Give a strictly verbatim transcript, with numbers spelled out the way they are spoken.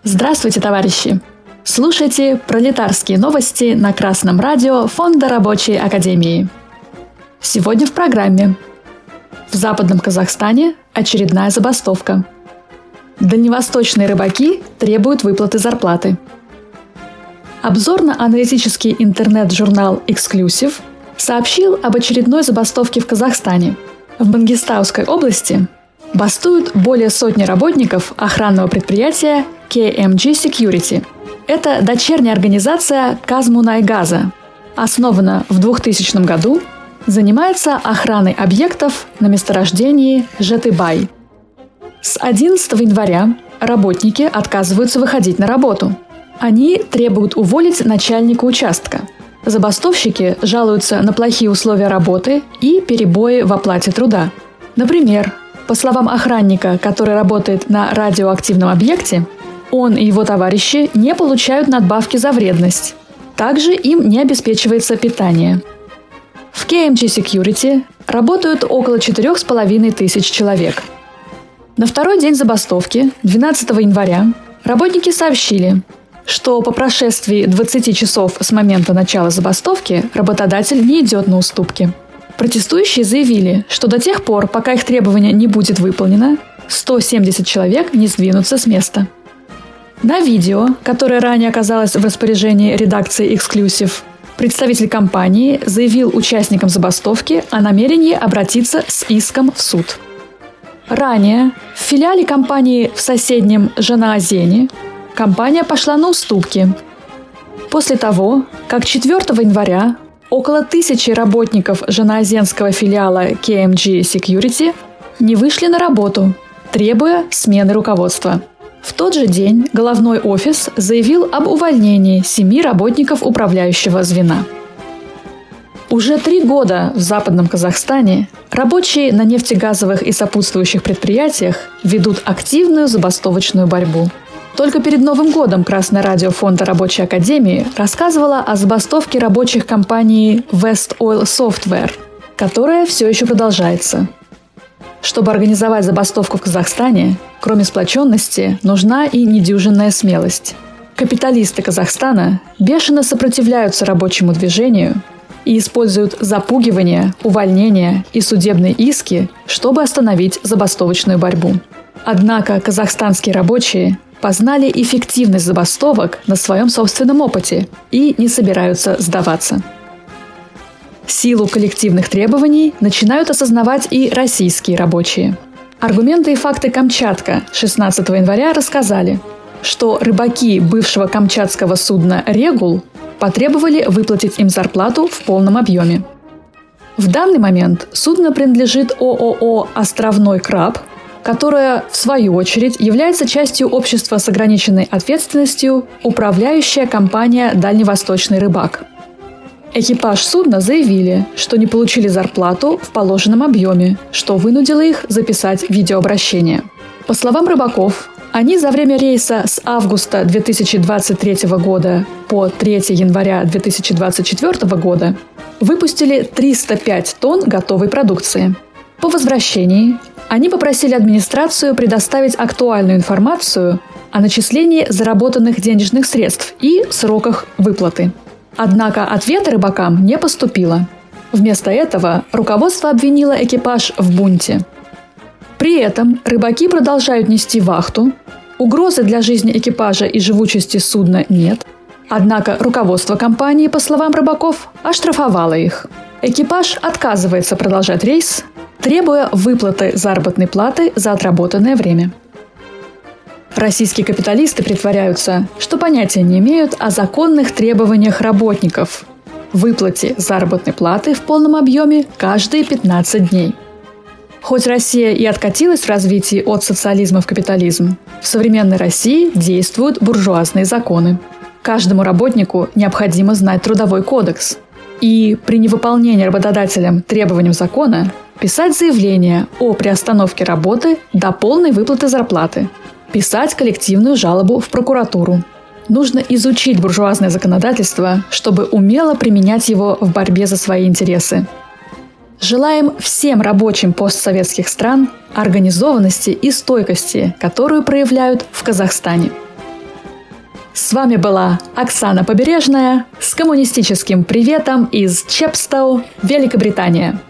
Здравствуйте, товарищи! Слушайте пролетарские новости на Красном радио Фонда Рабочей Академии. Сегодня в программе. В Западном Казахстане очередная забастовка. Дальневосточные рыбаки требуют выплаты зарплаты. Обзорно-аналитический интернет-журнал «Эксклюсив» сообщил об очередной забастовке в Казахстане. В Мангистауской области бастуют более сотни работников охранного предприятия кей эм джи Security. Это дочерняя организация Казмунайгаза. Основана в двухтысячном году, занимается охраной объектов на месторождении Жетыбай. С одиннадцатого января работники отказываются выходить на работу. Они требуют уволить начальника участка. Забастовщики жалуются на плохие условия работы и перебои в оплате труда. Например, по словам охранника, который работает на радиоактивном объекте, он и его товарищи не получают надбавки за вредность. Также им не обеспечивается питание. В кей эм джи Security работают около четырех с половиной тысяч человек. На второй день забастовки, двенадцатого января, работники сообщили, что по прошествии двадцати часов с момента начала забастовки работодатель не идет на уступки. Протестующие заявили, что до тех пор, пока их требование не будет выполнено, сто семьдесят человек не сдвинутся с места. На видео, которое ранее оказалось в распоряжении редакции «Эксклюсив», представитель компании заявил участникам забастовки о намерении обратиться с иском в суд. Ранее в филиале компании в соседнем Жанаозене компания пошла на уступки. После того, как четвертого января около тысячи работников жанаозенского филиала кей эм джи Security не вышли на работу, требуя смены руководства. В тот же день головной офис заявил об увольнении семи работников управляющего звена. Уже три года в Западном Казахстане рабочие на нефтегазовых и сопутствующих предприятиях ведут активную забастовочную борьбу. Только перед Новым годом Красное радио Фонда Рабочей Академии рассказывало о забастовке рабочих компании West Oil Software, которая все еще продолжается. Чтобы организовать забастовку в Казахстане, кроме сплоченности, нужна и недюжинная смелость. Капиталисты Казахстана бешено сопротивляются рабочему движению и используют запугивание, увольнения и судебные иски, чтобы остановить забастовочную борьбу. Однако казахстанские рабочие познали эффективность забастовок на своем собственном опыте и не собираются сдаваться. Силу коллективных требований начинают осознавать и российские рабочие. Аргументы и факты Камчатка шестнадцатого января рассказали, что рыбаки бывшего камчатского судна «Регул» потребовали выплатить им зарплату в полном объеме. В данный момент судно принадлежит ООО «Островной краб», которое, в свою очередь, является частью общества с ограниченной ответственностью «Управляющая компания «Дальневосточный рыбак». Экипаж судна заявили, что не получили зарплату в положенном объеме, что вынудило их записать видеообращение. По словам рыбаков, они за время рейса с августа две тысячи двадцать третьего года по третьего января две тысячи двадцать четвёртого года выпустили триста пять тонн готовой продукции. По возвращении они попросили администрацию предоставить актуальную информацию о начислении заработанных денежных средств и сроках выплаты. Однако ответа рыбакам не поступило. Вместо этого руководство обвинило экипаж в бунте. При этом рыбаки продолжают нести вахту, угрозы для жизни экипажа и живучести судна нет, однако руководство компании, по словам рыбаков, оштрафовало их. Экипаж отказывается продолжать рейс, требуя выплаты заработной платы за отработанное время. Российские капиталисты притворяются, что понятия не имеют о законных требованиях работников – выплате заработной платы в полном объеме каждые пятнадцать дней. Хоть Россия и откатилась в развитии от социализма в капитализм, в современной России действуют буржуазные законы. Каждому работнику необходимо знать Трудовой кодекс и при невыполнении работодателем требованиям закона писать заявление о приостановке работы до полной выплаты зарплаты, писать коллективную жалобу в прокуратуру. Нужно изучить буржуазное законодательство, чтобы умело применять его в борьбе за свои интересы. Желаем всем рабочим постсоветских стран организованности и стойкости, которую проявляют в Казахстане. С вами была Оксана Побережная с коммунистическим приветом из Чепстоу, Великобритания.